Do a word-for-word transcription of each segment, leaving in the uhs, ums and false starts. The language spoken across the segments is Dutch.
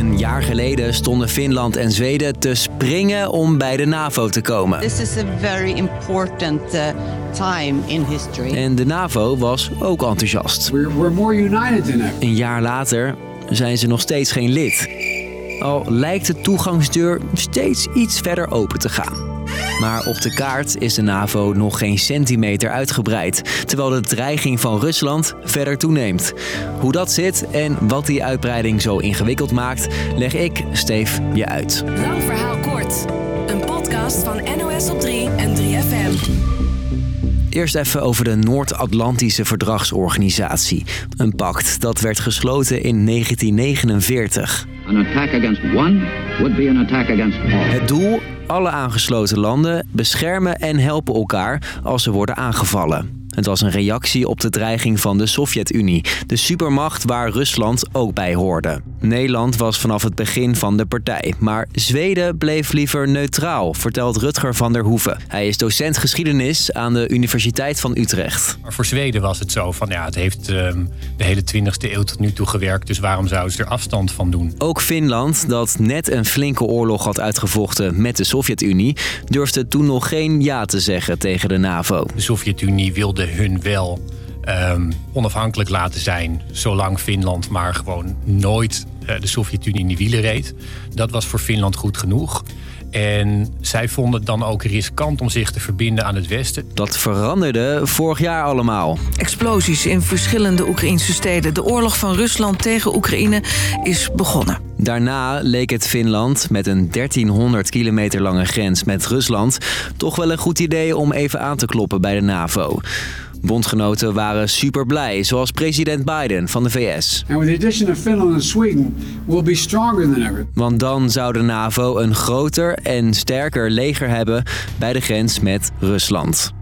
Een jaar geleden stonden Finland en Zweden te springen om bij de NAVO te komen. This is a very important uh, time in history. En de NAVO was ook enthousiast. We're, we're more united than ever. Een jaar later zijn ze nog steeds geen lid. Al lijkt de toegangsdeur steeds iets verder open te gaan. Maar op de kaart is de NAVO nog geen centimeter uitgebreid, terwijl de dreiging van Rusland verder toeneemt. Hoe dat zit en wat die uitbreiding zo ingewikkeld maakt, leg ik, Steef, je uit. Lang verhaal kort. Een podcast van N O S op drie en drie F M. Eerst even over de Noord-Atlantische Verdragsorganisatie. Een pact dat werd gesloten in negentien negenenveertig. An attack against one would be an attack against all. Het doel? Alle aangesloten landen beschermen en helpen elkaar als ze worden aangevallen. Het was een reactie op de dreiging van de Sovjet-Unie, de supermacht waar Rusland ook bij hoorde. Nederland was vanaf het begin van de partij, maar Zweden bleef liever neutraal, vertelt Rutger van der Hoeven. Hij is docent geschiedenis aan de Universiteit van Utrecht. Maar voor Zweden was het zo van ja, het heeft um, de hele twintigste eeuw tot nu toe gewerkt, dus waarom zouden ze er afstand van doen? Ook Finland, dat net een flinke oorlog had uitgevochten met de Sovjet-Unie, durfde toen nog geen ja te zeggen tegen de NAVO. De Sovjet-Unie wilde hun wel um, onafhankelijk laten zijn, zolang Finland maar gewoon nooit uh, de Sovjet-Unie in de wielen reed. Dat was voor Finland goed genoeg. En zij vonden het dan ook riskant om zich te verbinden aan het Westen. Dat veranderde vorig jaar allemaal. Explosies in verschillende Oekraïnse steden. De oorlog van Rusland tegen Oekraïne is begonnen. Daarna leek het Finland, met een dertienhonderd kilometer lange grens met Rusland, toch wel een goed idee om even aan te kloppen bij de NAVO. Bondgenoten waren super blij, zoals president Biden van de V S. And with the addition of Finland and Sweden, we'll be stronger than ever. Want dan zou de NAVO een groter en sterker leger hebben bij de grens met Rusland.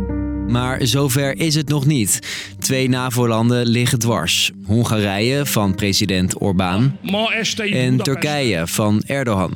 Maar zover is het nog niet. Twee NAVO-landen liggen dwars. Hongarije van president Orbán en Turkije van Erdogan.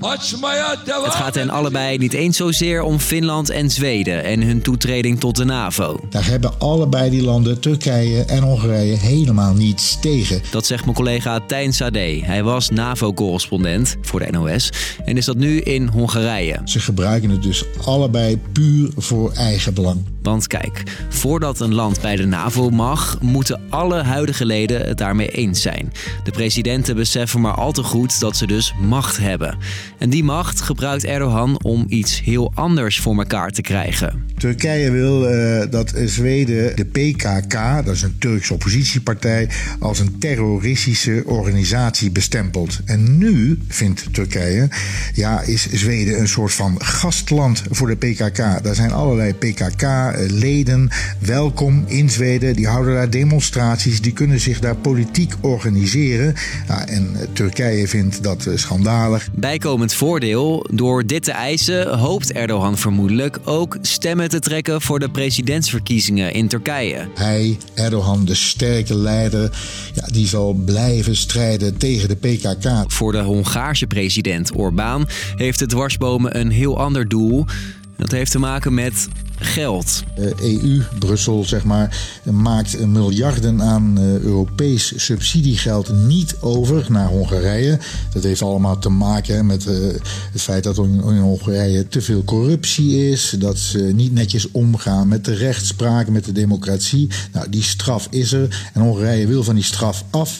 Het gaat hen allebei niet eens zozeer om Finland en Zweden en hun toetreding tot de NAVO. Daar hebben allebei die landen, Turkije en Hongarije, helemaal niets tegen. Dat zegt mijn collega Tijn Sade. Hij was NAVO-correspondent voor de N O S en is dat nu in Hongarije. Ze gebruiken het dus allebei puur voor eigen belang. Want kijk, voordat een land bij de NAVO mag, moeten alle huidige leden het daarmee eens zijn. De presidenten beseffen maar al te goed dat ze dus macht hebben. En die macht gebruikt Erdogan om iets heel anders voor elkaar te krijgen. Turkije wil uh, dat Zweden de P K K, dat is een Turkse oppositiepartij, als een terroristische organisatie bestempelt. En nu, vindt Turkije, ja, is Zweden een soort van gastland voor de P K K. Daar zijn allerlei P K K-leden welkom in Zweden. Die houden daar demonstraties, die kunnen zich daar politiek organiseren. Ja, en Turkije vindt dat schandalig. Bijkomend voordeel, door dit te eisen hoopt Erdogan vermoedelijk ook stemmen te trekken voor de presidentsverkiezingen in Turkije. Hij, Erdogan, de sterke leider, ja, die zal blijven strijden tegen de P K K. Voor de Hongaarse president Orbán heeft de dwarsbomen een heel ander doel. Dat heeft te maken met geld. De E U, Brussel zeg maar, maakt miljarden aan Europees subsidiegeld niet over naar Hongarije. Dat heeft allemaal te maken met uh, het feit dat in Hongarije te veel corruptie is. Dat ze niet netjes omgaan met de rechtspraak, met de democratie. Nou, die straf is er en Hongarije wil van die straf af.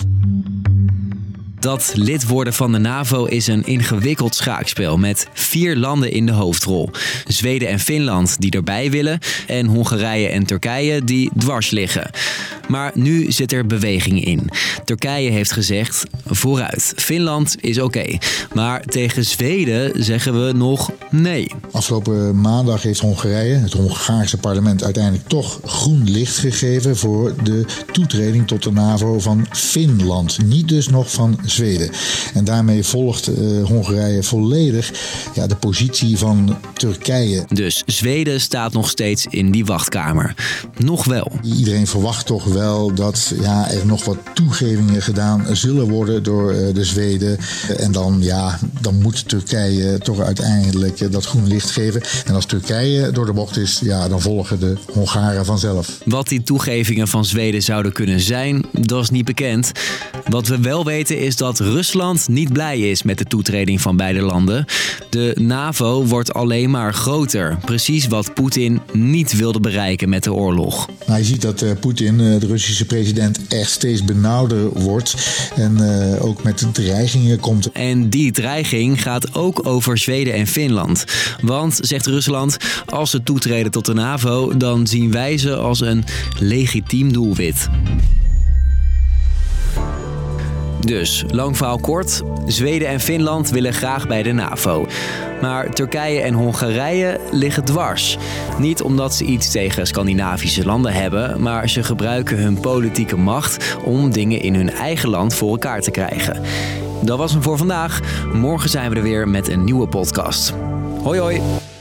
Dat lid worden van de NAVO is een ingewikkeld schaakspel met vier landen in de hoofdrol. Zweden en Finland die erbij willen en Hongarije en Turkije die dwars liggen. Maar nu zit er beweging in. Turkije heeft gezegd, vooruit. Finland is oké. Okay. Maar tegen Zweden zeggen we nog nee. Afgelopen maandag heeft Hongarije, het Hongaarse parlement, uiteindelijk toch groen licht gegeven voor de toetreding tot de NAVO van Finland. Niet dus nog van Zweden. En daarmee volgt uh, Hongarije volledig ja, de positie van Turkije. Dus Zweden staat nog steeds in die wachtkamer. Nog wel. Iedereen verwacht toch wel dat ja, er nog wat toegevingen gedaan zullen worden door uh, de Zweden. En dan, ja, dan moet Turkije toch uiteindelijk uh, dat groen licht geven. En als Turkije door de bocht is, ja, dan volgen de Hongaren vanzelf. Wat die toegevingen van Zweden zouden kunnen zijn, dat is niet bekend. Wat we wel weten is dat Rusland niet blij is met de toetreding van beide landen. De NAVO wordt alleen maar groter. Precies wat Poetin niet wilde bereiken met de oorlog. Nou, je ziet dat uh, Poetin, uh, de Russische president, echt steeds benauwder wordt. En uh, ook met dreigingen komt. En die dreiging gaat ook over Zweden en Finland. Want, zegt Rusland, als ze toetreden tot de NAVO, dan zien wij ze als een legitiem doelwit. Dus, lang verhaal kort, Zweden en Finland willen graag bij de NAVO. Maar Turkije en Hongarije liggen dwars. Niet omdat ze iets tegen Scandinavische landen hebben, maar ze gebruiken hun politieke macht om dingen in hun eigen land voor elkaar te krijgen. Dat was hem voor vandaag. Morgen zijn we er weer met een nieuwe podcast. Hoi hoi!